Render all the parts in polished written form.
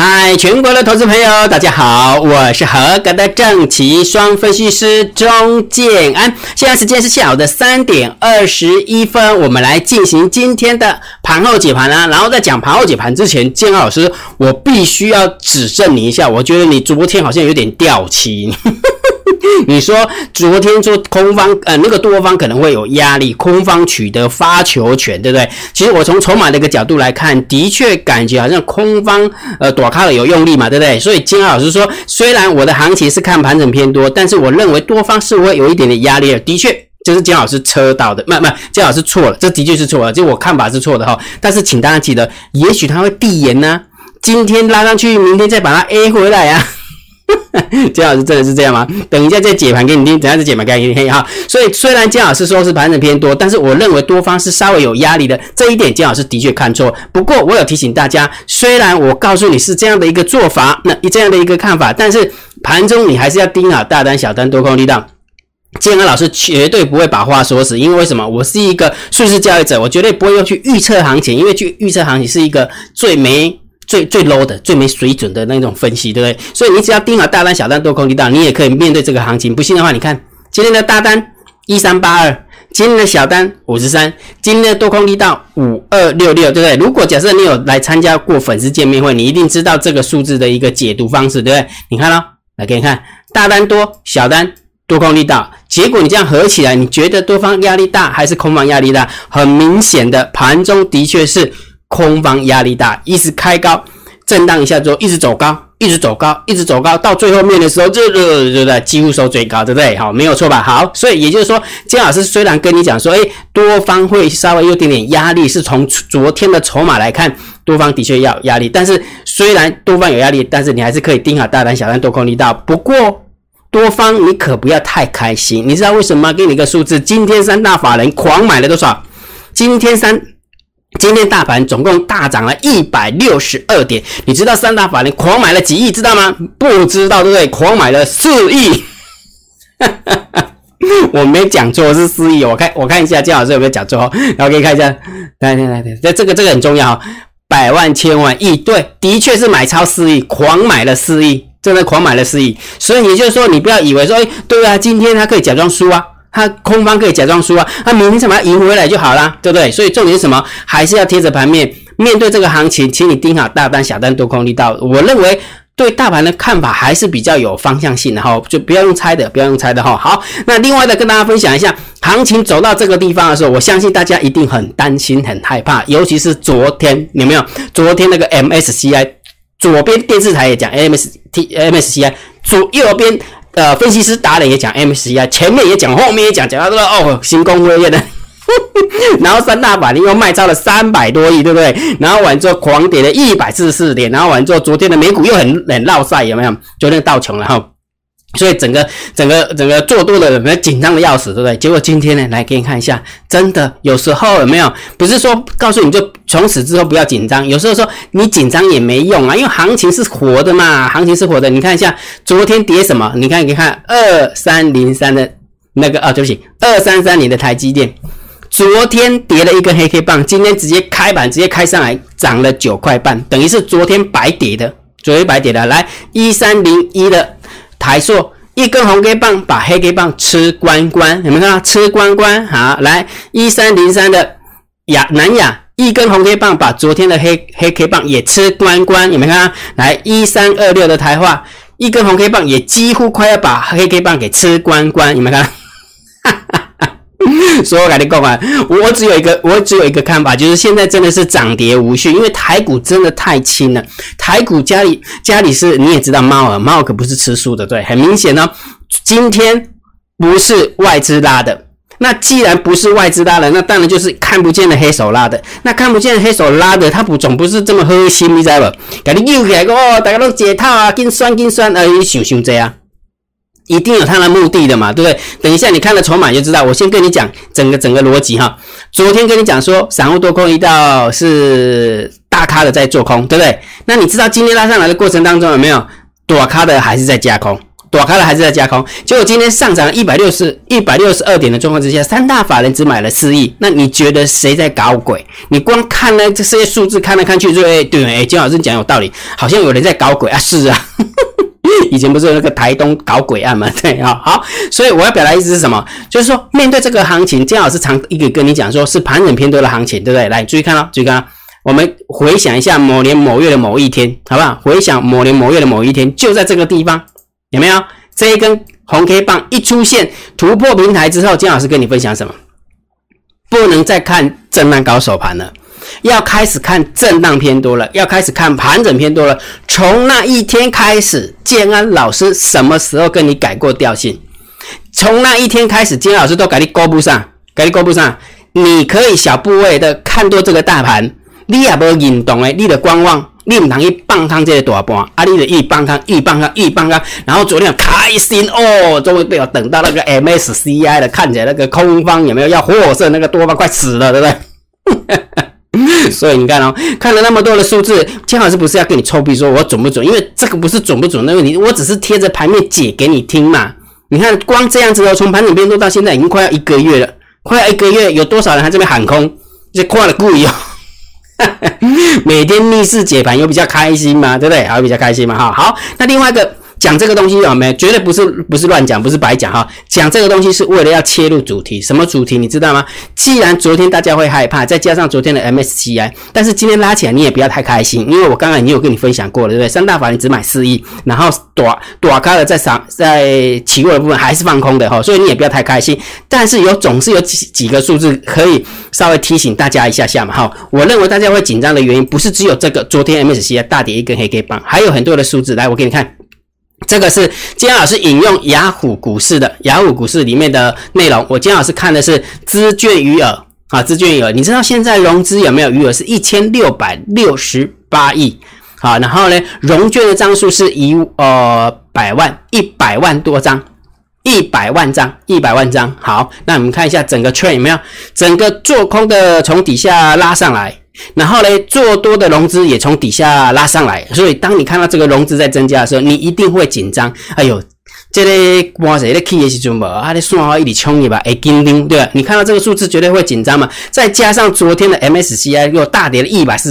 嗨，全国的投资朋友，大家好，我是合格的正奇双分析师钟建安。现在时间是下午的3点21分，我们来进行今天的盘后解盘啦。然后在讲盘后解盘之前，建安老师，我必须要指正你一下，我觉得你昨天好像有点掉期。你说昨天说空方那个多方可能会有压力，空方取得发球权，对不对？其实我从筹码的一个角度来看，的确感觉好像空方躲开了有用力嘛，对不对？所以金老师说，虽然我的行情是看盘整偏多，但是我认为多方是会有一点点压力的，的确。就是姜老师车到的，姜老师错了，这的确是错了，就我看法是错的齁。但是请大家记得，也许他会递延呢，今天拉上去，明天再把它 A 回来啊。姜老师真的是这样吗？等一下再解盘给你听，等一下再解盘给你听哈。所以虽然姜老师说是盘整偏多，但是我认为多方是稍微有压力的，这一点姜老师的确看错。不过我有提醒大家，虽然我告诉你是这样的一个做法，那这样的一个看法，但是盘中你还是要盯好大单、小单、多空力道。建安老师绝对不会把话说死，因为为什么？我是一个数字交易者，我绝对不会用去预测行情，因为去预测行情是一个最 low 的、最没水准的那种分析，对不对？所以你只要盯好大单、小单、多空力道，你也可以面对这个行情。不信的话，你看今天的大单1382，今天的小单53，今天的多空力道5266，对不对？如果假设你有来参加过粉丝见面会，你一定知道这个数字的一个解读方式，对不对？你看咯，来给你看，大单多，小单多空力道，结果你这样合起来，你觉得多方压力大还是空方压力大？很明显的，盘中的确是空方压力大，一直开高，震荡一下之后一直走高，一直走高，一直走高，到最后面的时候就几乎收最高，对不对？好，没有错吧？好，所以也就是说，姜老师虽然跟你讲说，多方会稍微有点压力，是从昨天的筹码来看，多方的确要有压力，但是虽然多方有压力，但是你还是可以盯好大单、小单、多空力道。不过多方你可不要太开心，你知道为什么吗？给你一个数字，今天三大法人狂买了多少？今天大盘总共大涨了162点，你知道三大法人狂买了几亿知道吗？不知道，对不对？狂买了4亿。我没讲错，是4亿。我看一下姜老师有没有讲错，然后可以看一下，来，这个很重要，百万千万亿，对，的确是买超4亿，狂买了4亿。真的狂买了4亿，所以也就是说，你不要以为说，对啊，今天他可以假装输啊，他空方可以假装输啊，他明天怎么赢回来就好啦，对不对？所以重点是什么？还是要贴着盘面，面对这个行情，请你盯好大单、小单、多空力道。我认为对大盘的看法还是比较有方向性的哈，就不要用猜的哈。好，那另外的跟大家分享一下，行情走到这个地方的时候，我相信大家一定很担心、很害怕，尤其是昨天有没有？昨天那个 MSCI。左边电视台也讲 MSCI， 右边分析师达人也讲 MSCI， 前面也讲，后面也讲到新功辉夜的，然后三大法人又卖超了300多亿，对不对？然后完之后狂跌了144点，然后完之后昨天的美股又很落赛，有没有？昨天道琼了哈。所以整个做多的人紧张的要死，对不对？结果今天呢，来给你看一下，真的有时候有没有？不是说告诉你就从此之后不要紧张，有时候说你紧张也没用啊，因为行情是活的嘛，行情是活的。你看一下昨天跌什么？你看2303的那个对不起，2330的台积电，昨天跌了一根黑 K 棒，今天直接开盘直接开上来，涨了9块半，等于是昨天白跌的，来1301的。台塑一根红 K 棒把黑 K 棒吃光光，有没有看到？吃光光。好，来1303的南亚一根红 K 棒把昨天的黑 K 棒也吃光光，有没有看到？来1326的台化一根红 K 棒也几乎快要把黑 K 棒给吃光光，有没有看到？所以我跟你讲啊，我只有一个看法，就是现在真的是涨跌无序，因为台股真的太轻了。台股家里是你也知道猫可不是吃素的，对，很明显呢，今天不是外资拉的。那既然不是外资拉的，那当然就是看不见的黑手拉的。那看不见的黑手拉的，他总不是这么核心，你知道不？给你揪起来大家都解套啊，紧酸，你想这样。一定有它的目的的嘛，对不对？等一下你看了筹码就知道。我先跟你讲整个逻辑哈。昨天跟你讲说，散户多空力道是大咖的在做空，对不对？那你知道今天拉上来的过程当中有没有大咖的还是在加空？ 躲开了还是在加空，结果今天上涨了162点的状况之下，三大法人只买了4亿，那你觉得谁在搞鬼？你光看了这些数字看来看去就对，金老师讲有道理，好像有人在搞鬼啊，是啊。以前不是有那个台东搞鬼案嘛？对啊，好，所以我要表达意思是什么？就是说，面对这个行情，姜老师常一个跟你讲说，是盘整偏多的行情，对不对？来，注意看哦，注意看哦，我们回想一下某年某月的某一天，好不好？回想某年某月的某一天，就在这个地方，有没有？这一根红 K 棒一出现，突破平台之后，姜老师跟你分享什么？不能再看震荡高手盘了。要开始看震荡偏多了，要开始看盘整偏多了。从那一天开始，建安老师什么时候跟你改过调性？从那一天开始，建安老师都给你勾不上。你可以小部位的看多这个大盘，你也无运动的，你的观望，你唔通去放空这个大盘，啊，你就一放空，然后昨天开心哦，终于被我等到那个 MSCI 了，看起来那个空方有没有要获胜，那个多方快死了，对不对？所以你看哦，看了那么多的数字，姜老师不是要跟你臭屁说我准不准，因为这个不是准不准的问题，我只是贴着盘面解给你听嘛。你看光这样子哦，从盘整偏多到现在已经快要1个月了，有多少人还在这边喊空？这看了故意哦。每天逆势解盘有比较开心嘛，对不对？还有比较开心嘛，哈。好，那另外一个讲这个东西有没有？绝对不是乱讲，不是白讲哈。讲这个东西是为了要切入主题，什么主题你知道吗？既然昨天大家会害怕，再加上昨天的 MSCI， 但是今天拉起来你也不要太开心，因为我刚刚已经有跟你分享过了，对不对？三大法人只买4亿，然后躲开了在期货的部分还是放空的哈，所以你也不要太开心。但是总是有几个数字可以稍微提醒大家一下嘛哈。我认为大家会紧张的原因不是只有这个昨天 MSCI 大跌一根黑 K 棒，还有很多的数字，来我给你看。这个是今天老师引用雅虎股市里面的内容，我今天老师看的是资券余额啊，资券余额，你知道现在融资有没有余额是1668亿，好，然后呢，融券的张数是100万多张，100万张，好，那我们看一下整个 trend 有没有，整个做空的从底下拉上来。然后呢，做多的融资也从底下拉上来，所以当你看到这个融资在增加的时候，你一定会紧张。哎呦，这个哇塞，在起的时阵无，啊，你算好一直冲一把，会紧张，对吧？你看到这个数字绝对会紧张嘛。再加上昨天的 MSCI 又大跌了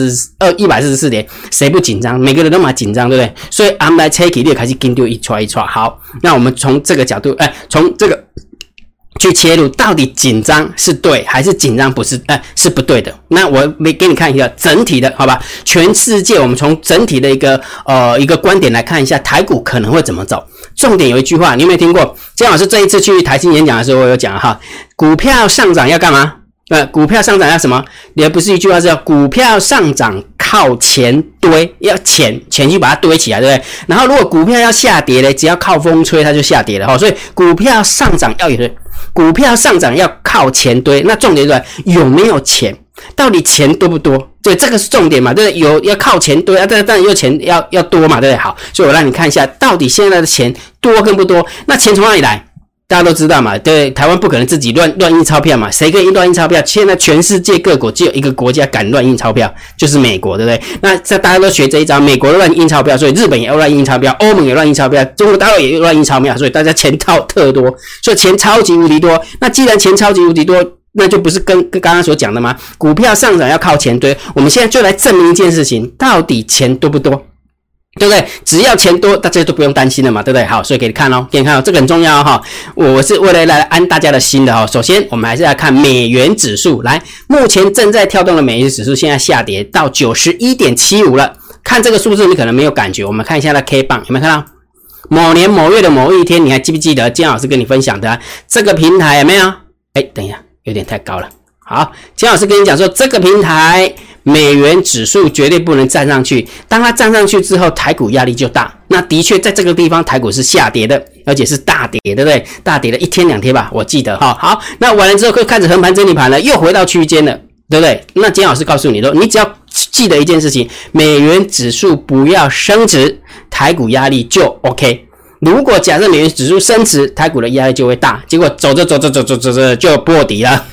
144点，谁不紧张？每个人都蛮紧张，对不对？所以俺们来切起，你开始跟丢一撮。好，那我们从这个角度，从这个去切入，到底紧张是对还是紧张不是？是不对的。那我给你看一个整体的，好吧？全世界我们从整体的一个观点来看一下，台股可能会怎么走。重点有一句话，你有没有听过？姜老师这一次去台青演讲的时候，我有讲哈，股票上涨要干嘛？股票上涨要什么？也不是一句话，是要股票上涨靠钱堆，要钱去把它堆起来，对不对？然后如果股票要下跌呢，只要靠风吹它就下跌了哈。所以股票上涨要靠钱堆，那重点是有没有钱？到底钱多不多？对，这个是重点嘛，对不对？要靠钱堆啊，但又钱要多嘛，对不对？好，所以我让你看一下，到底现在的钱多跟不多？那钱从哪里来？大家都知道嘛，对，台湾不可能自己乱印钞票嘛，谁可以乱印钞票？现在全世界各国只有一个国家敢乱印钞票，就是美国，对不对？那这大家都学这一招，美国乱印钞票，所以日本也要乱印钞票，欧盟也乱印钞票，中国大陆也乱印钞票，所以大家钱特多，所以钱超级无敌多。那既然钱超级无敌多，那就不是跟刚刚所讲的吗？股票上涨要靠钱堆，我们现在就来证明一件事情，到底钱多不多？对不对？只要钱多，大家都不用担心了嘛，对不对？好，所以给你看哦，这个很重要哈。我是为了来安大家的心的哈。首先，我们还是来看美元指数，来，目前正在跳动的美元指数现在下跌到 91.75 了。看这个数字，你可能没有感觉。我们看一下那 K 棒，有没有看到？某年某月的某一天，你还记不记得姜老师跟你分享的这个平台有没有？等一下，有点太高了。好，姜老师跟你讲说，这个平台美元指数绝对不能站上去，当它站上去之后，台股压力就大。那的确在这个地方台股是下跌的，而且是大跌，对不对？大跌了1天2天吧，我记得哈。好，那完了之后会开始横盘整理盘了，又回到区间了，对不对？那姜老师告诉你说，你只要记得一件事情，美元指数不要升值，台股压力就 OK。如果假设美元指数升值，台股的压力就会大，结果走着就破底了。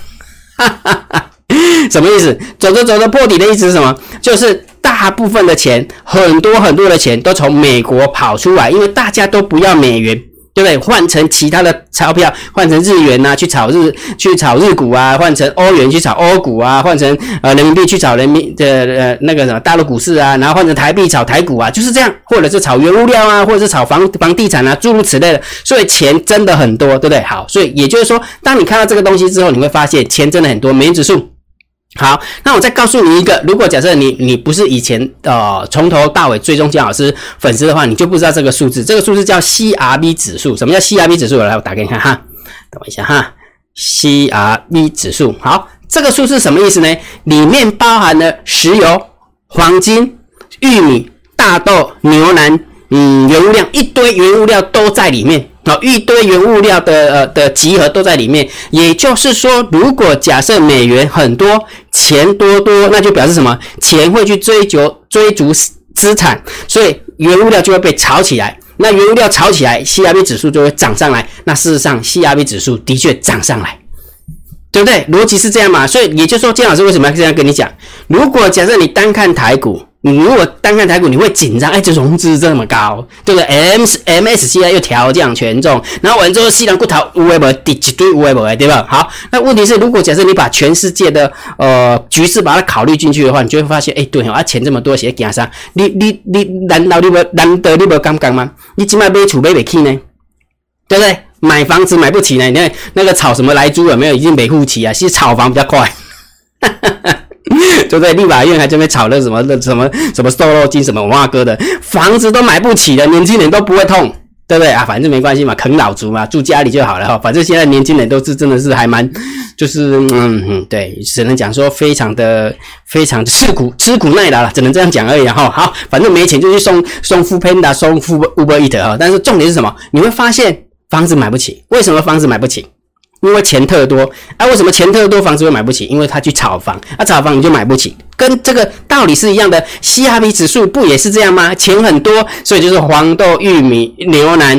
什么意思？走着破底的意思是什么？就是大部分的钱，很多的钱都从美国跑出来，因为大家都不要美元， 对不对？换成其他的钞票，换成日元啊，去炒日股啊，换成欧元去炒欧股啊，换成人民币去炒人民的那个什么大陆股市啊，然后换成台币炒台股啊，就是这样，或者是炒原物料啊，或者是炒房地产啊，诸如此类的。所以钱真的很多，对不对？好，所以也就是说，当你看到这个东西之后，你会发现钱真的很多，美元指数。好，那我再告诉你一个，如果假设你不是以前从头到尾追踪姜老师粉丝的话，你就不知道这个数字。这个数字叫 CRB 指数。什么叫 CRB 指数？来，我打给你看哈，等我一下哈。CRB 指数，好，这个数是什么意思呢？里面包含了石油、黄金、玉米、大豆、牛腩，原物料，一堆原物料都在里面。一堆原物料的集合都在里面，也就是说，如果假设美元很多，钱多，那就表示什么？钱会去追逐资产，所以原物料就会被炒起来。那原物料炒起来 ，CRB 指数就会涨上来。那事实上 ，CRB 指数的确涨上来，对不对？逻辑是这样嘛？所以也就是说，姜老师为什么要这样跟你讲？如果假设你单看台股。你如果单看台股，你会紧张，这融资这么高，对不对 ？MSCI 又调降权重，然后完之后西洋骨头有的没一堆有的没，对吧？好，那问题是，如果假设你把全世界的局势把它考虑进去的话，你就会发现，对钱这么多，是干啥？你难道你没感觉吗？你现在买厝买不起呢，对不对？买房子买不起呢，你看那个炒什么来租有没有？已经没付起啊，其实炒房比较快。对不对？立法院还这边炒了什么瘦肉精什么挖哥的房子都买不起的，年轻人都不会痛，对不对啊？反正没关系嘛，啃老族嘛，住家里就好了哈。反正现在年轻人都是真的是还蛮，就是对，只能讲说非常的吃苦耐劳了，只能这样讲而已哈。好，反正没钱就去送 Foodpanda 送 Uber Eats 哈。但是重点是什么？你会发现房子买不起，为什么房子买不起？因为钱特多啊，为什么钱特多房子会买不起？因为他去炒房啊，炒房你就买不起，跟这个道理是一样的。CRB 指数不也是这样吗？钱很多，所以就是黄豆、玉米、牛腩、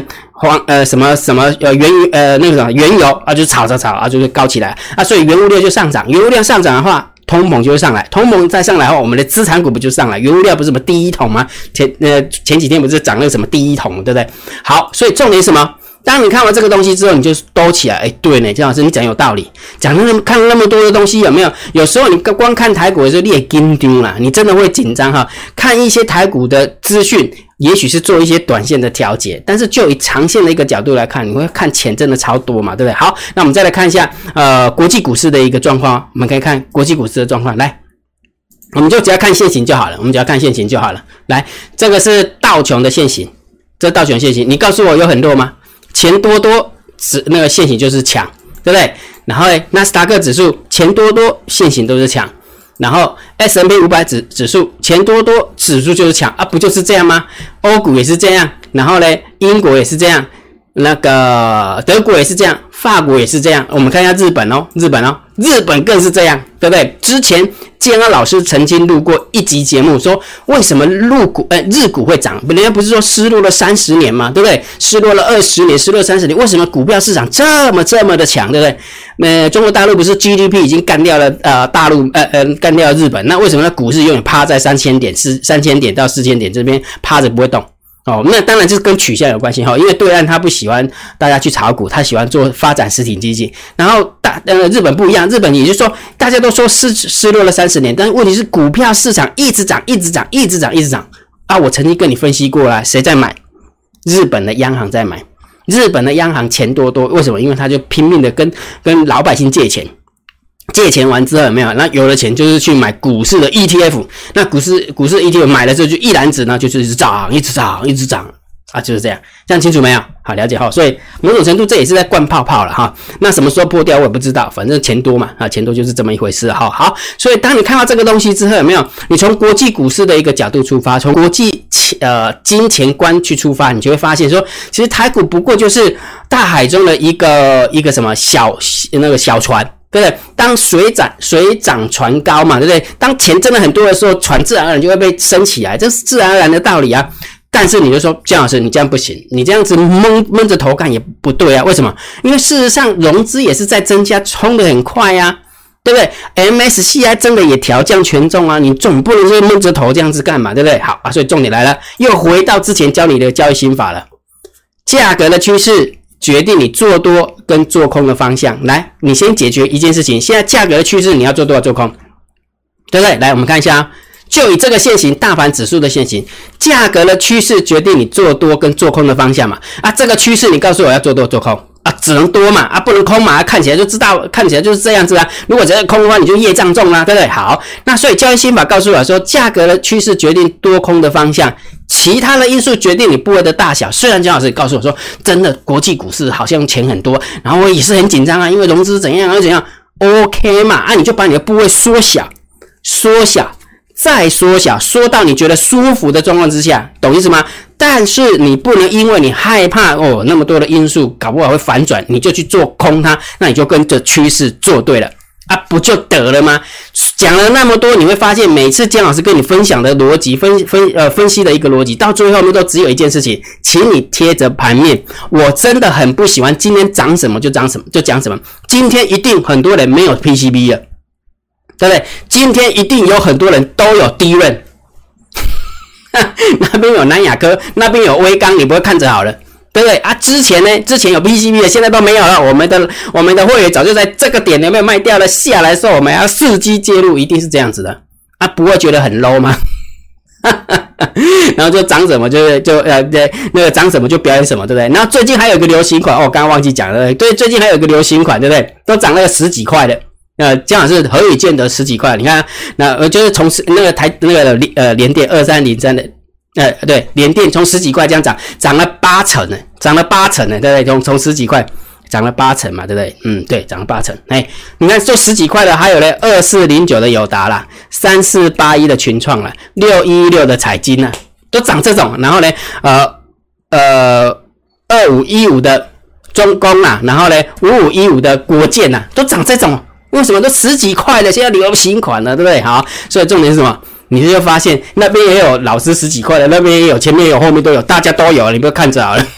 那个什么原油啊，就炒啊，就会高起来啊，所以原物料就上涨，原物料上涨的话，通膨就会上来，通膨再上来的话，我们的资产股不就上来？原物料不是什么第一桶吗？前几天不是涨那个什么第一桶，对不对？好，所以重点是什么？当你看完这个东西之后，你就兜起来，对呢，姜老师你讲有道理，看那么多的东西有没有？有时候你光看台股的时候，你也紧张啦，你真的会紧张哈。看一些台股的资讯，也许是做一些短线的调节，但是就以长线的一个角度来看，你会看钱真的超多嘛，对不对？好，那我们再来看一下国际股市的一个状况，我们可以看国际股市的状况，来。我们就只要看现行就好了，来，这个是道琼的现行，这道琼现行，你告诉我有很弱吗？钱多那个现行就是强，对不对？然后呢，纳斯达克指数钱多现行都是强，然后 S&P 500指数钱多指数就是强啊，不就是这样吗？欧股也是这样，然后呢，英国也是这样，那个德国也是这样，法国也是这样。我们看一下日本更是这样，对不对？之前建安老师曾经录过一集节目，说为什么日股会涨？人家不是说失落了30年吗？对不对？失落了20年，失落30年，为什么股票市场这么的强？对不对？中国大陆不是 GDP 已经干掉了干掉了日本，那为什么股市永远趴在3000点到4000点这边趴着不会动？那当然就是跟取向有关系哈，因为对岸他不喜欢大家去炒股，他喜欢做发展实体经济。然后日本不一样，日本也就是说大家都说失落了30年，但是问题是股票市场一直涨啊！我曾经跟你分析过啦，谁在买？日本的央行在买，日本的央行钱多，为什么？因为他就拼命的跟老百姓借钱。借钱完之后有没有？那有了钱就是去买股市的 ETF， 那股市 ETF 买了之后就一篮子呢，就是一直涨啊，就是这样，这样清楚没有？好，了解哈。所以某种程度这也是在灌泡泡了哈。那什么时候破掉我也不知道，反正钱多嘛，钱多就是这么一回事哈。好，所以当你看到这个东西之后，有没有？你从国际股市的一个角度出发，从国际金钱观去出发，你就会发现说，其实台股不过就是大海中的一个什么小船。对不对？当水涨船高嘛，对不对？当钱真的很多的时候，船自然而然就会被升起来，这是自然而然的道理啊。但是你就说姜老师，你这样不行，你这样子闷着头干也不对啊。为什么？因为事实上融资也是在增加，冲得很快啊，对不对 ？MSCI 真的也调降权重啊，你总不能说闷着头这样子干嘛，对不对？好啊，所以重点来了，又回到之前教你的交易心法了。 价格的趋势决定你做多跟做空的方向。来，你先解决一件事情，现在价格的趋势你要做多要做空，对不对？来，我们看一下啊，就以这个线型大盘指数的线型，价格的趋势决定你做多跟做空的方向嘛。啊，这个趋势你告诉我要做多做空啊，只能多嘛，啊不能空嘛，看起来就知道，看起来就是这样子啊。如果只是空的话，你就业障重啦，对不对？好，那所以交易心法告诉我说，价格的趋势决定多空的方向，其他的因素决定你部位的大小。虽然姜老师告诉我说，真的国际股市好像钱很多，然后我也是很紧张啊，因为融资怎样又怎样 ，OK 嘛，啊你就把你的部位缩小，再缩小，缩到你觉得舒服的状况之下，懂意思吗？但是你不能因为你害怕那么多的因素搞不好会反转，你就去做空它，那你就跟着趋势做对了啊，不就得了吗？讲了那么多，你会发现每次姜老师跟你分享的逻辑分析的一个逻辑，到最后面都只有一件事情，请你贴着盘面。我真的很不喜欢今天涨什么就涨什么就讲什么，今天一定很多人没有 PCB 了，对不对？今天一定有很多人都有低润。那边有南亚科，那边有威刚，你不会看着好了，对不对啊？之前有 PCB 的，现在都没有了。我们的会员早就在这个点有没有卖掉了，下来的时候我们要伺机介入，一定是这样子的啊，不会觉得很 low 吗？然后就涨什么那个涨什么就表演什么，对不对？然后最近还有一个流行款刚刚忘记讲了，对，最近还有一个流行款，对不对？都涨了10几块的。姜老师何以见得10几块？你看，那就是从那个联电2303的，对，联电从10几块这样涨了8成呢，对不对？从10几块涨了8成嘛，对不对？对，涨了8成。你看做10几块的，还有呢2409的友达啦，3481的群创啦，6116的彩晶啦，都涨这种。然后呢，2515的中工啦，然后呢5515的国建啦，都涨这种。为什么都10几块了？现在流行款了，对不对？好，所以重点是什么？你就发现那边也有老师10几块的，那边也有，前面也有，后面都有，大家都有，你不要看着好了。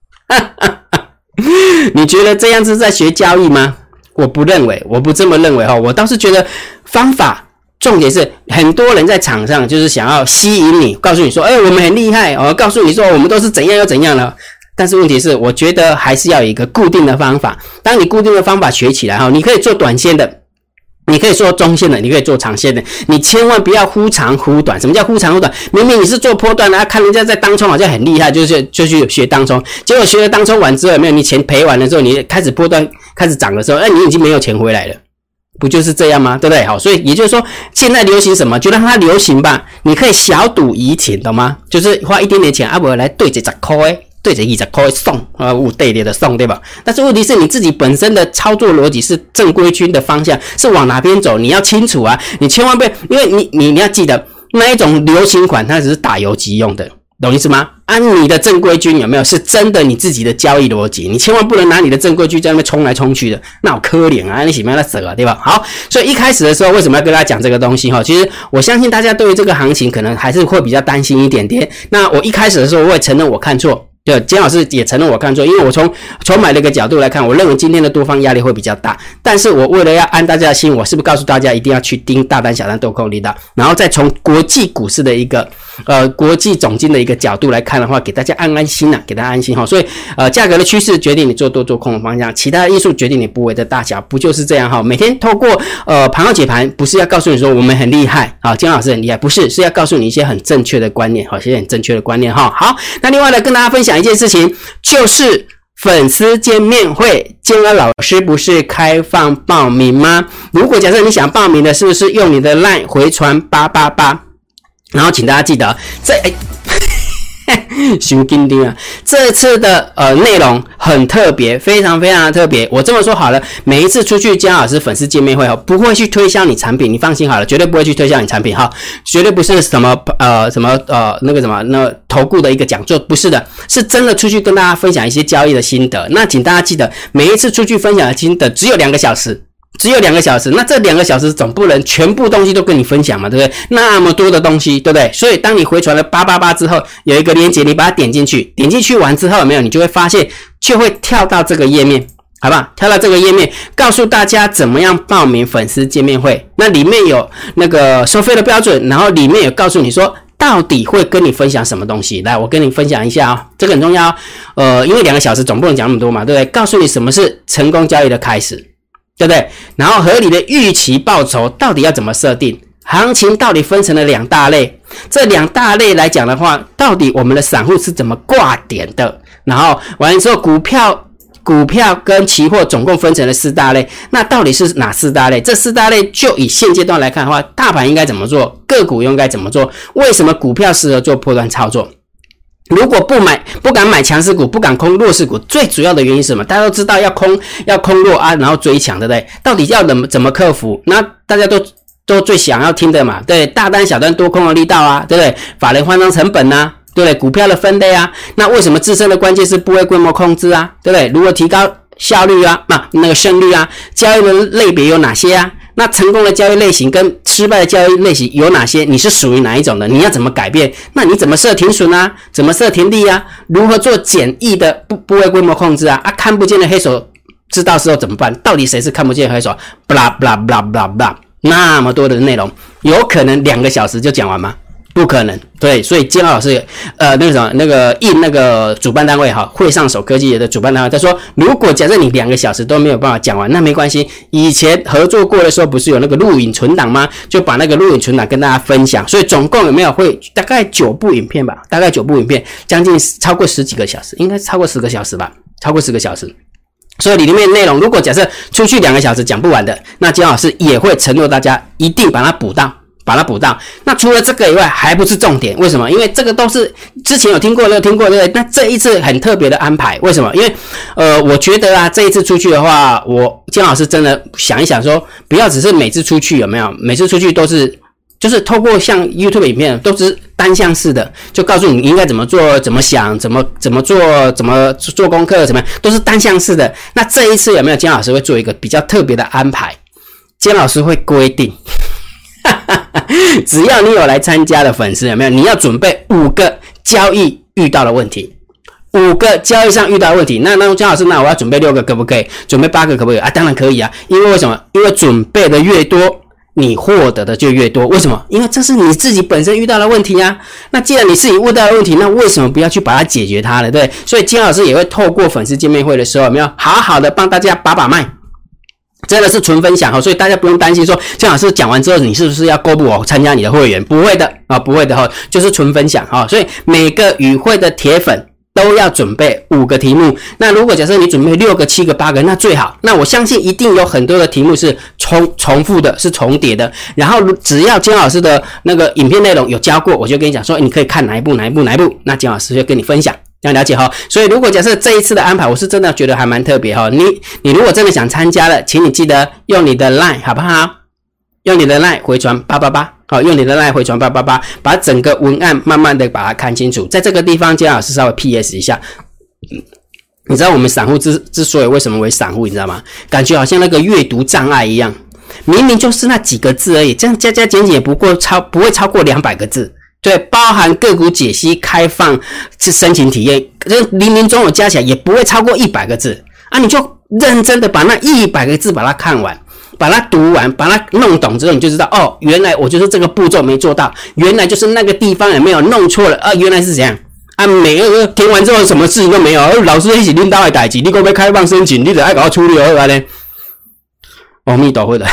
你觉得这样是在学交易吗？我不认为，我不这么认为哈。我倒是觉得方法，重点是很多人在场上就是想要吸引你，告诉你说，我们很厉害告诉你说我们都是怎样又怎样了。但是问题是，我觉得还是要有一个固定的方法。当你固定的方法学起来你可以做短线的，你可以做中线的，你可以做长线的，你千万不要忽长忽短。什么叫忽长忽短？明明你是做波段的，看人家在当冲好像很厉害，就去学当冲，结果学了当冲完之后，有没有你钱赔完了之后，你开始波段开始涨的时候，你已经没有钱回来了。不就是这样吗？对不对？好，所以也就是说，现在流行什么，就让它流行吧。你可以小赌怡情，懂吗？就是花一点点钱，不来对着10块对着20块送5对的送，对吧？但是问题是你自己本身的操作逻辑是正规军的方向是往哪边走，你要清楚啊！你千万不要，因为你要记得那一种流行款，它只是打游击用的，懂意思吗？你的正规军有没有是真的你自己的交易逻辑？你千万不能拿你的正规军在那边冲来冲去的，那好可怜啊！你喜欢那蛇啊，对吧？好，所以一开始的时候为什么要跟大家讲这个东西其实我相信大家对于这个行情可能还是会比较担心一点点。那我一开始的时候我也承认我看错。对，姜老师也承认我看错，因为我从买的一个角度来看，我认为今天的多方压力会比较大，但是我为了要安大家的心，我是不是告诉大家一定要去盯大单、小单、多空力道，然后再从国际股市的一个国际总经的一个角度来看的话，给大家安心给大家安心所以价格的趋势决定你做多做空的方向，其他的因素决定你部位的大小，不就是这样每天透过盘后解盘，不是要告诉你说我们很厉害姜老师很厉害，不是，是要告诉你一些很正确的观念一些很正确的观念好，那另外呢，跟大家分享一件事情，就是粉丝见面会，建安老师不是开放报名吗？如果假设你想报名的，是不是用你的 LINE 回传888，然后请大家记得熊丁丁啊！这次的内容很特别，非常非常的特别。我这么说好了，每一次出去姜老师粉丝见面会不会去推销你产品，你放心好了，绝对不会去推销你产品绝对不是什么那投顾的一个讲座，不是的，是真的出去跟大家分享一些交易的心得。那请大家记得，每一次出去分享的心得只有2个小时。那这2个小时总不能全部东西都跟你分享嘛，对不对？那么多的东西，对不对？所以当你回传了888之后，有一个链接，你把它点进去完之后，有没有？你就会发现，就会跳到这个页面，好不好？跳到这个页面，告诉大家怎么样报名粉丝见面会。那里面有那个收费的标准，然后里面有告诉你说， 到底会跟你分享什么东西？来，我跟你分享一下这个很重要因为2个小时总不能讲那么多嘛，对不对？告诉你什么是成功交易的开始，对不对？然后合理的预期报酬到底要怎么设定？行情到底分成了2大类，这2大类来讲的话，到底我们的散户是怎么挂点的？然后完了之后，股票跟期货总共分成了4大类，那到底是哪4大类？这4大类就以现阶段来看的话，大盘应该怎么做？个股又应该怎么做？为什么股票适合做波段操作？如果不敢买强势股，不敢空弱势股，最主要的原因是什么？大家都知道要空弱啊，然后追强，对不对？到底要怎么克服？那大家都最想要听的嘛，对，大单小单多空的力道啊，对不对？法人换仓成本啊，对不对？股票的分类啊，那为什么自身的关键是部位规模控制啊，对不对？如何提高效率啊，那个胜率啊，交易的类别有哪些啊？那成功的交易类型跟失败的交易类型有哪些？你是属于哪一种的？你要怎么改变？那你怎么设停损啊？怎么设停利啊？如何做简易的部位规模控制啊？看不见的黑手知道时候怎么办？到底谁是看不见的黑手？blah blah blah blah blah， 那么多的内容，有可能2个小时就讲完吗？不可能，对，所以金老师那个主办单位会上手科技的主办单位他说，如果假设你2个小时都没有办法讲完，那没关系，以前合作过的时候不是有那个录影存档吗？就把那个录影存档跟大家分享，所以总共有没有会大概9部影片吧，大概9部影片，将近超过10几个小时，应该超过10个小时吧，超过10个小时。所以里面内容如果假设出去2个小时讲不完的，那金老师也会承诺大家一定把它补到。那除了这个以外还不是重点，为什么？因为这个都是之前有听过对不对？那这一次很特别的安排，为什么？因为我觉得这一次出去的话，我金老师真的想一想说，不要只是每次出去有没有？每次出去都是就是透过像 YouTube 影片都是单向式的，就告诉你应该怎么做、怎么想、怎么做、怎么做功课，怎么样都是单向式的。那这一次有没有金老师会做一个比较特别的安排？金老师会规定。只要你有来参加的粉丝有没有？你要准备5个交易遇到的问题，5个交易上遇到的问题。那姜老师，那我要准备6个可不可以？准备8个可不可以啊？当然可以啊，因为为什么？因为准备的越多，你获得的就越多。为什么？因为这是你自己本身遇到的问题啊。那既然你自己遇到的问题，那为什么不要去把它解决它了？对，所以姜老师也会透过粉丝见面会的时候，有没有好好的帮大家把脉。真的是纯分享所以大家不用担心说姜老师讲完之后你是不是要公布我参加你的会员，不会的不会的就是纯分享所以每个与会的铁粉都要准备5个题目。那如果假设你准备6个、7个、8个，那最好。那我相信一定有很多的题目是重复的，是重叠的。然后只要姜老师的那个影片内容有教过，我就跟你讲说你可以看哪一部，那姜老师就跟你分享。要了解所以如果假设这一次的安排，我是真的觉得还蛮特别你如果真的想参加了，请你记得用你的 LINE 好不好？用你的 LINE 回传888用你的 LINE 回传888，把整个文案慢慢的把它看清楚。在这个地方姜老师稍微 PS 一下，你知道我们散户之所以为什么为散户，你知道吗？感觉好像那个阅读障碍一样，明明就是那几个字而已，这样加减也不会超过200个字。对，包含个股解析、开放是申请体验，零零总有加起来也不会超过100个字啊！你就认真的把那100个字把它看完，把它读完，把它弄懂之后，你就知道原来我就是这个步骤没做到，原来就是那个地方有没有弄错了原来是怎样每个填完之后什么事情都没有老师一起领导的代志，你可不可以开放申请？你就要给我处理好呢？阿弥陀佛的。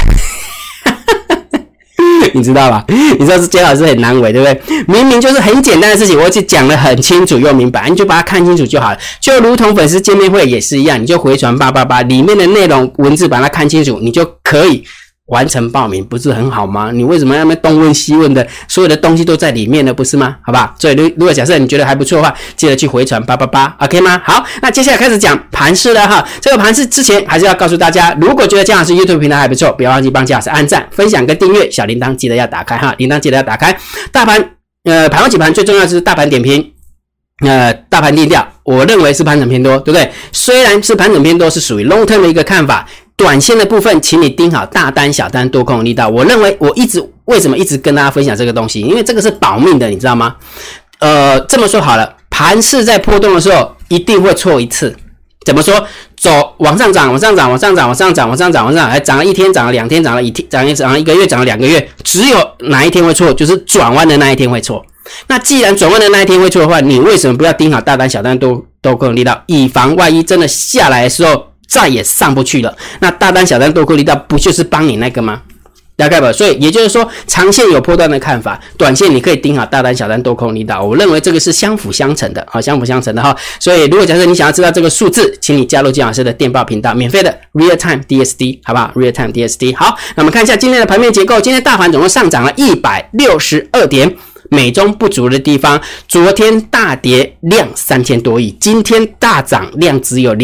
你知道吧？你知道姜老师很难为，对不对？明明就是很简单的事情，我就讲得很清楚又明白，你就把它看清楚就好了。就如同粉丝见面会也是一样，你就回传888，里面的内容文字把它看清楚，你就可以完成报名，不是很好吗？你为什么要那么东问西问的？所有的东西都在里面了，不是吗？好不好？所以如果假设你觉得还不错的话，记得去回传888 ，OK 吗？好，那接下来开始讲盘势了这个盘势之前还是要告诉大家，如果觉得姜老师 YouTube 频道还不错，不要忘记帮姜老师按赞、分享跟订阅，小铃铛记得要打开铃铛记得要打开。大盘盘后解盘最重要的是大盘点评，大盘定调，我认为是盘整偏多，对不对？虽然是盘整偏多，是属于 long term 的一个看法。短线的部分请你盯好大单小单多空的力道。我认为为什么一直跟大家分享这个东西，因为这个是保命的，你知道吗？这么说好了，盘势在波动的时候一定会错一次。怎么说？往上涨，还涨了1天，涨了2天，涨了1个月，涨了2个月，只有哪一天会错？就是转弯的那一天会错。 那既然转弯的那一天会错的话，你为什么不要盯好大单小单多空力道，以防万一真的下来的时候再也上不去了？那大单小单多空力道不就是帮你那个吗？大概吧，所以也就是说，长线有波段的看法，短线你可以盯好大单、小单多空力道。我认为这个是相辅相成的，相辅相成的哈。所以如果假设你想要知道这个数字，请你加入金老师的电报频道，免费的 Real Time DSD， 好不好 ？Real Time DSD。好，那我们看一下今天的盘面结构。今天大盘总共上涨了162点，美中不足的地方，昨天大跌量3000多亿，今天大涨量只有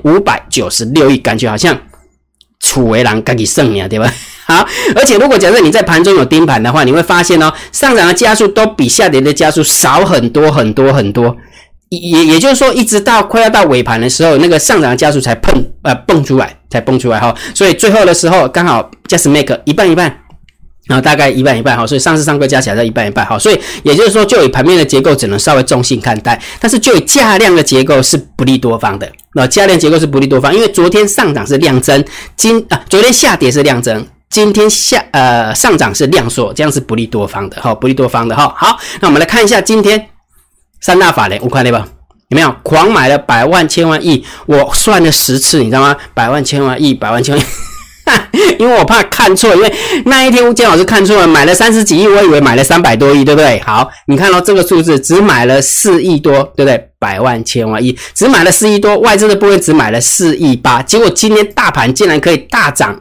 2596亿，感觉好像楚为狼自己胜你啊，对吧？好，而且如果假设你在盘中有盯盘的话，你会发现哦，上涨的加速都比下跌的加速少很多很多很多。也就是说，一直到快要到尾盘的时候，那个上涨的加速才蹦出来哈。所以最后的时候刚好 just make 一半一半。然后大概一半一半哈，所以上市上柜加起来在一半一半哈，所以也就是说，就以盘面的结构只能稍微中性看待，但是就以价量的结构是不利多方的。价量结构是不利多方，因为昨天上涨是量增，昨天下跌是量增，今天上涨是量缩，这样是不利多方的哈，不利多方的哈。好，那我们来看一下今天三大法人，我看对吧？有没有狂买了百万千万亿？我算了10次，你知道吗？百万千万亿，百万千万亿。因为我怕看错，因为那一天姜老师看错了，买了30几亿，我以为买了300多亿，对不对？好，你看到这个数字只买了4亿多，对不对？百万千万亿只买了4亿多，外资的部分只买了4亿8，结果今天大盘竟然可以大涨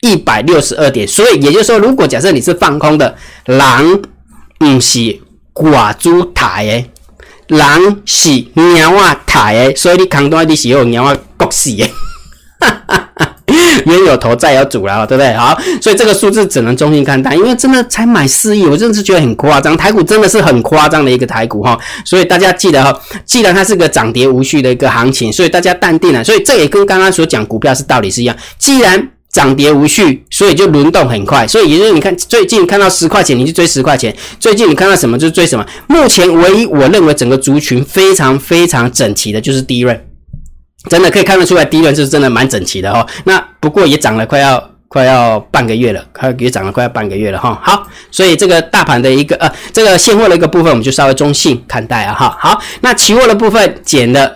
162点，所以也就是说，如果假设你是放空的，人不是挂猪台的，人是鸟啊台的，所以你扛多你是有鸟啊国死的。冤有头债有主了，对不对？好，所以这个数字只能中性看待，因为真的才买4亿，我真的是觉得很夸张。台股真的是很夸张的一个台股哈，所以大家记得哈，既然它是个涨跌无序的一个行情，所以大家淡定了。所以这也跟刚刚所讲股票是道理是一样，既然涨跌无序，所以就轮动很快。所以也就是你看最近看到10块钱，你就追10块钱；最近你看到什么就追什么。目前唯一我认为整个族群非常非常整齐的就是第一轮。真的可以看得出来，第一轮是真的蛮整齐的哈。那不过也涨了快要半个月了，也涨了快要半个月了哈。好，所以这个大盘的一个这个现货的一个部分，我们就稍微中性看待啊哈。好，那期货的部分减了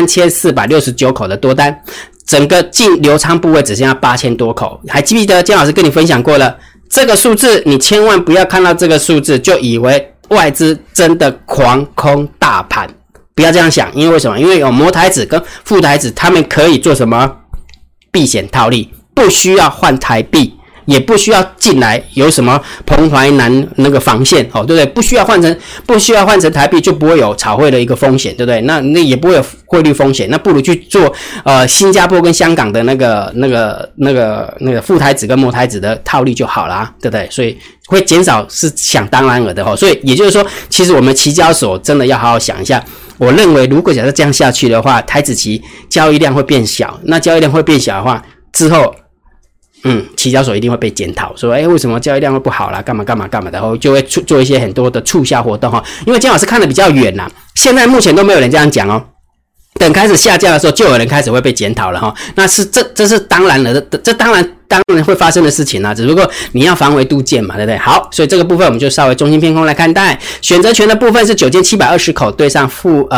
3469口的多单，整个净流仓部位只剩下8000多口。还记不记得姜老师跟你分享过了？这个数字你千万不要看到这个数字就以为外资真的狂空大盘。不要这样想，因为为什么？因为有摩台子跟副台子，他们可以做什么？避险套利，不需要换台币，也不需要进来有什么彭淮南那个防线，对不对？不需要换成台币，就不会有炒汇的一个风险，对不对？那也不会有汇率风险，那不如去做新加坡跟香港的那个副台子跟摩台子的套利就好啦，对不对？所以会减少是想当然尔的所以也就是说，其实我们期交所真的要好好想一下。我认为，如果假设这样下去的话，台指期交易量会变小。那交易量会变小的话，之后，期交所一定会被检讨，说，为什么交易量会不好啦？干嘛的，然后就会做一些很多的促销活动哈。因为姜老师看得比较远啦，现在目前都没有人这样讲哦。等开始下架的时候，就有人开始会被检讨了哈。那是这是当然了，这当然会发生的事情啊，只不过你要防微杜渐嘛，对不对？好，所以这个部分我们就稍微中性偏空来看待。选择权的部分是9720口对上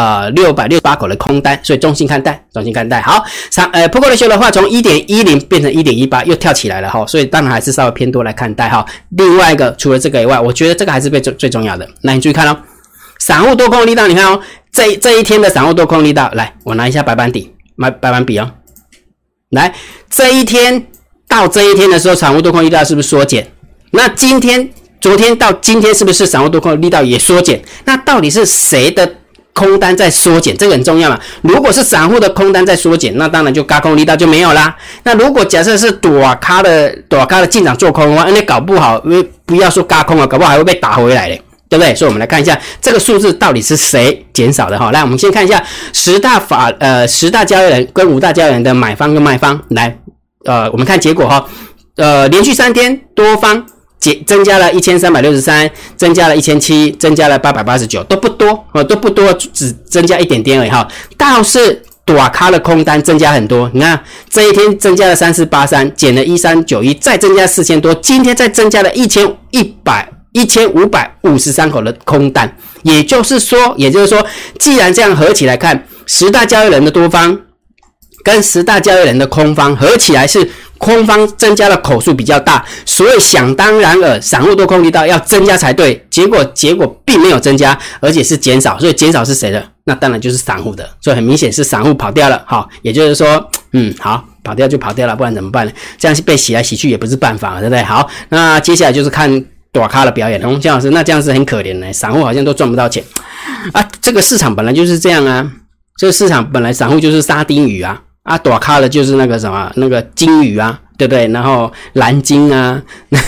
668口的空单，所以中性看待。好，Put Call Ratio 的话，从 1.10 变成 1.18 又跳起来了哈，所以当然还是稍微偏多来看待哈。另外一个除了这个以外，我觉得这个还是最重要的。那你注意看哦，散户多空力道，你看哦，这一天的散户多空力道，来，我拿一下白板笔哦，来，到这一天的时候，散户多空力道是不是缩减？那昨天到今天是不是散户多空力道也缩减？那到底是谁的空单在缩减？这个很重要嘛。如果是散户的空单在缩减，那当然就軋空力道就没有啦。那如果假设是大咖的进场做空的话，那搞不好不要说軋空啊，搞不好还会被打回来嘞。对不对？所以我们来看一下这个数字到底是谁减少的哈。来，我们先看一下10大交易人跟5大交易人的买方跟卖方。来，我们看结果哈。连续3天多方增加了1363，增加了1700，增加了889，都不多，只增加一点点而已哈。倒是大咖的空单增加很多，你看这一天增加了3483，减了1391，再增加4000多，今天再增加了1553口的空单， 也就是说，既然这样合起来看，10大交易人的多方跟10大交易人的空方合起来是空方增加的口数比较大，所以想当然尔，散户多空力道要增加才对。结果并没有增加，而且是减少，所以减少是谁的？那当然就是散户的，所以很明显是散户跑掉了。好，也就是说，好，跑掉就跑掉了，不然怎么办呢？这样被洗来洗去也不是办法，对不对？好，那接下来就是看大咖的表演。江老师，那这样是很可怜的，散户好像都赚不到钱啊。这个市场本来就是这样啊，这个市场本来散户就是沙丁鱼啊。大咖的就是那个什么那个金鱼啊，对不对？然后蓝鲸啊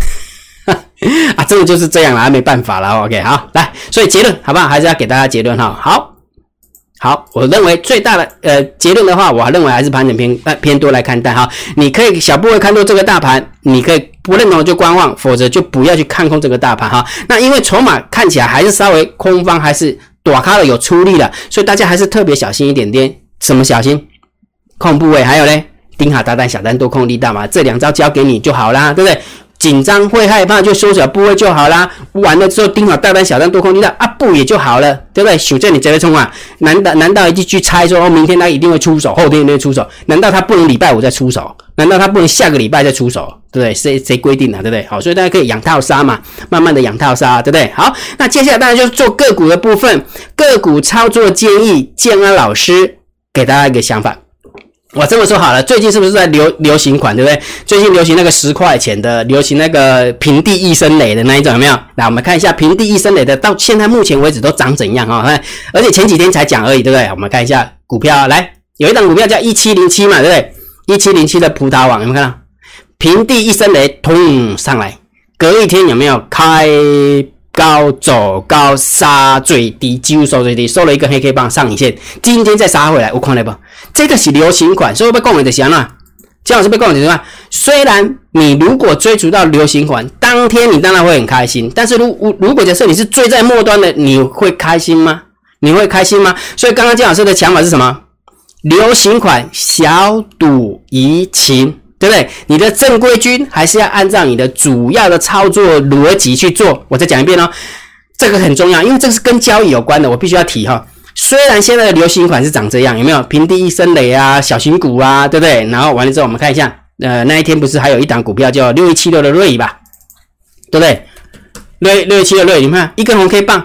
真的就是这样啦，没办法啦。 OK， 好，来，所以结论好不好？还是要给大家结论哈。好，我认为最大的结论的话，我认为还是盘整偏多来看待哈。你可以小部位看多这个大盘，你可以不认同就观望，否则就不要去看空这个大盘哈。那因为筹码看起来还是稍微空方，还是大咖的有出力了，所以大家还是特别小心一点点。什么小心？控部位，还有嘞，盯好大单、小单多空力道嘛，这2招教给你就好啦，对不对？紧张会害怕就缩小部位就好啦，完了之后盯好大单、小单多空力道不也就好了，对不对？守在你这边冲啊，难道一直去猜说明天他一定会出手，后天一定会出手？难道他不能礼拜五再出手？难道他不能下个礼拜再出手？对不对？谁规定的，对不对？好，所以大家可以养套杀嘛，慢慢的养套杀，对不对？好，那接下来当然就是做个股的部分，个股操作建议，建安老师给大家一个想法。我这么说好了，最近是不是在流行款，对不对？最近流行那个10块钱的，流行那个平地一声雷的那一种，有没有？来，我们看一下平地一声雷的，到现在目前为止都涨怎样而且前几天才讲而已，对不对？我们看一下股票，来，有一档股票叫1707嘛，对不对？1707的葡萄网，有没有看到？平地一声雷，通上来，隔一天有没有开高走高杀最低，几乎收最低，收了一根黑 K 棒上影线，今天再杀回来，有看到不？这个是流行款，所以被讲的是什么？姜老师被讲的是什么？虽然你如果追逐到流行款，当天你当然会很开心，但是如果假设你是追在末端的，你会开心吗？你会开心吗？所以刚刚姜老师的想法是什么？流行款小赌怡情。对不对？你的正规军还是要按照你的主要的操作逻辑去做。我再讲一遍哦，这个很重要，因为这个是跟交易有关的，我必须要提哈。虽然现在的流行款是长这样，有没有平地一声雷啊，小型股啊，对不对？然后完了之后，我们看一下，那一天不是还有一档股票叫6176的瑞吧，对不对？6176的瑞，你们看一根红 K 棒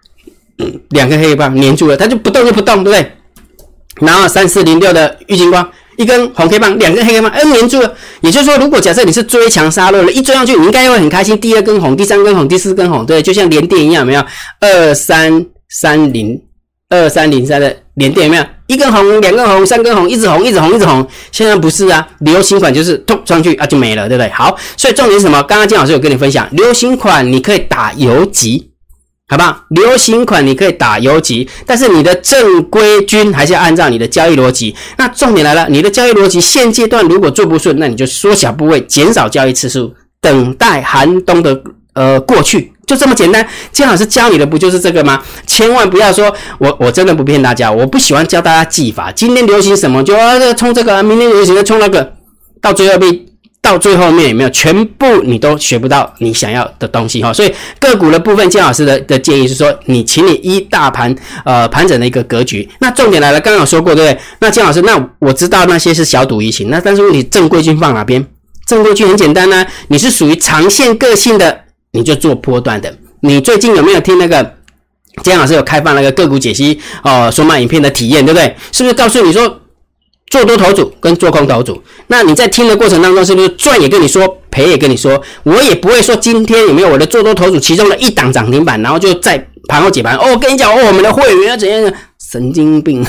，2根黑棒粘住了，它就不动，对不对？然后3406的玉晶光。一根红 K 棒，2根黑 K 棒，粘住了。也就是说，如果假设你是追强杀弱了，一追上去，你应该会很开心。第2根红，第3根红，第4根红，对，就像联电一样，有没有？2303的联电有没有？一根红，2根红，3根红，一直红。现在不是啊，流行款就是突上去就没了，对不对？好，所以重点是什么？刚刚金老师有跟你分享，流行款你可以打游击。好不好？流行款你可以打游击，但是你的正规军还是要按照你的交易逻辑。那重点来了，你的交易逻辑现阶段如果做不顺，那你就缩小部位，减少交易次数，等待寒冬的过去，就这么简单。姜老师教你的不就是这个吗？千万不要说我真的不骗大家，我不喜欢教大家技法。今天流行什么就冲这个，明天流行的冲那个，到最后面有没有全部你都学不到你想要的东西哈？所以个股的部分，姜老师的建议是说，请你依大盘盘整的一个格局。那重点来了，刚刚有说过对不对？那姜老师，那我知道那些是小赌怡情，那但是问题正规军放哪边？正规军很简单呢，你是属于长线个性的，你就做波段的。你最近有没有听那个姜老师有开放那个个股解析说卖影片的体验，对不对？是不是告诉你说？做多头组跟做空头组，那你在听的过程当中，是不是赚也跟你说，赔也跟你说？我也不会说今天有没有我的做多头组其中的一档涨停板，然后就在盘后解盘。我跟你讲我们的会员要怎样？神经病！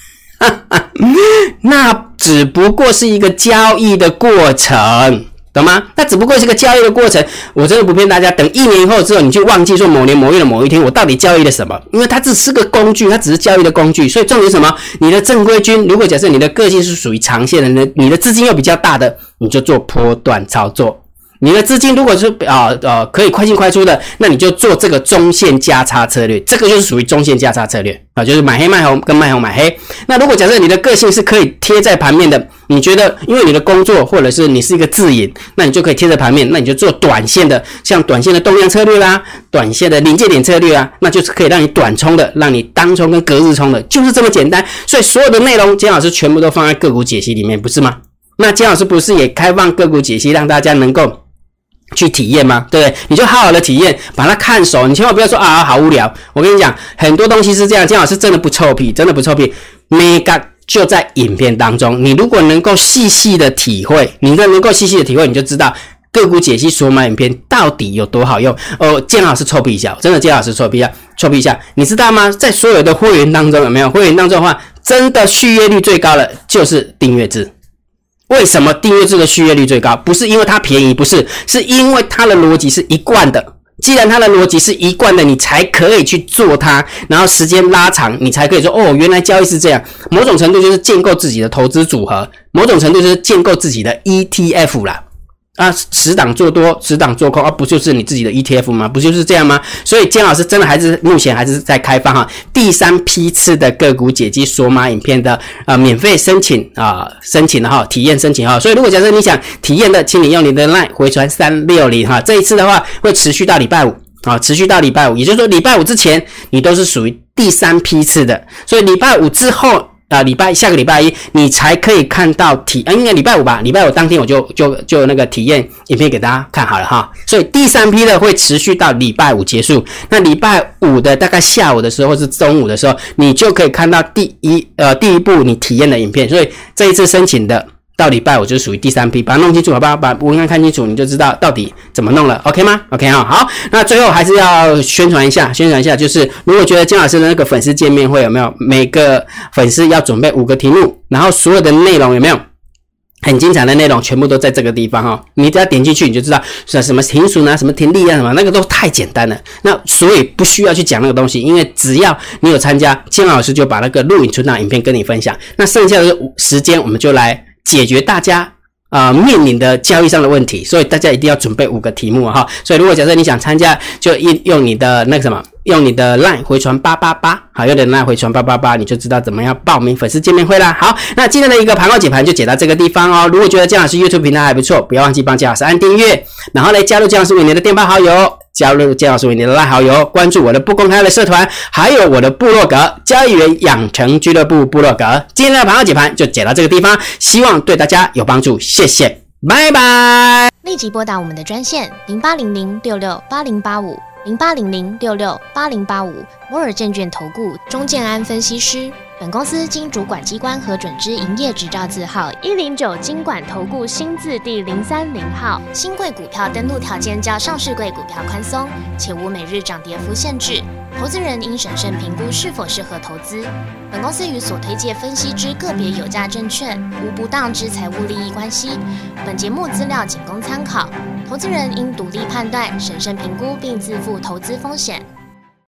那只不过是一个交易的过程，懂吗？那只不过是个交易的过程，我真的不骗大家。等1年后之后，你就忘记说某年某月的某一天我到底交易了什么，因为它只是个工具，它只是交易的工具。所以重点是什么？你的正规军，如果假设你的个性是属于长线的，你的资金又比较大的，你就做波段操作。 你的资金如果是可以快进快出的，那你就做这个中线价差策略，这个就是属于中线价差策略啊，就是买黑卖红跟卖红买黑。那如果假设你的个性是可以贴在盘面的，你觉得因为你的工作或者是你是一个自营，那你就可以贴在盘面，那你就做短线的，像短线的动量策略啦，短线的临界点策略啊，那就是可以让你短冲的，让你当冲跟隔日冲的，就是这么简单。所以所有的内容，姜老师全部都放在个股解析里面，不是吗？那姜老师不是也开放个股解析，让大家能够去体验吗？对不对？你就好好的体验，把它看熟，你千万不要说啊好无聊。我跟你讲，很多东西是这样，姜老师真的不臭屁，真的不臭屁。Mega 就在影片当中，你如果能够细细的体会，你就知道个股解析索马影片到底有多好用。姜老师臭屁一下，真的姜老师臭屁一下，你知道吗？在所有的会员当中有没有？会员当中的话，真的续约率最高的就是订阅制。为什么订阅制的续约率最高？不是因为它便宜，不是，是因为它的逻辑是一贯的。既然它的逻辑是一贯的，你才可以去做它，然后时间拉长，你才可以说原来交易是这样。某种程度就是建构自己的投资组合，某种程度就是建构自己的 ETF 啦。10档做多，10档做空不就是你自己的 ETF 吗？不就是这样吗？所以姜老师真的目前还是在开放第3批次的个股解析索马影片的免费申请的体验申请所以如果假设你想体验的，请你用你的 LINE 回传360这一次的话会持续到礼拜五持续到礼拜五，也就是说礼拜五之前你都是属于第3批次的，所以礼拜五之后下个礼拜一你才可以看到应该礼拜五吧，礼拜五当天我就那个体验影片给大家看好了所以第3批的会持续到礼拜五结束，那礼拜五的大概下午的时候或是中午的时候，你就可以看到第一部你体验的影片，所以这一次申请的到礼拜五就属于第3批，把它弄清楚好不好？把文案看清楚，你就知道到底怎么弄了 ，OK 吗 ？OK 好，那最后还是要宣传一下，就是如果觉得姜老师的那个粉丝见面会有没有，每个粉丝要准备5个题目，然后所有的内容有没有很精彩的内容，全部都在这个地方你只要点进去你就知道什么停损什么停利什么，那个都太简单了。那所以不需要去讲那个东西，因为只要你有参加，姜老师就把那个录影存档影片跟你分享。那剩下的时间我们就来解决大家面临的交易上的问题，所以大家一定要准备5个题目所以如果假设你想参加，就用你的用你的 LINE 回传888，用你的 LINE 回传888，你就知道怎么样报名粉丝见面会啦。好，那今天的一个盘后解盘就解到这个地方如果觉得姜老师 YouTube 频道还不错，不要忘记帮姜老师按订阅，然后来加入姜老师为你的电报好友，加入姜老师为你的 LINE 好友，关注我的不公开的社团，还有我的部落格交易员养成俱乐部部落格。今天的盘后解盘就解到这个地方，希望对大家有帮助，谢谢，拜拜。 立即拨打我们的专线0800668085 0800668085，摩尔证券投顾钟建安分析师。本公司经主管机关核准之营业执照字号109金管投顾新字第030号。新贵股票登录条件较上市贵股票宽松，且无每日涨跌幅限制。投资人应审慎评估是否适合投资。本公司与所推介分析之个别有价证券无不当之财务利益关系。本节目资料仅供参考，投资人应独立判断、审慎评估并自负投资风险。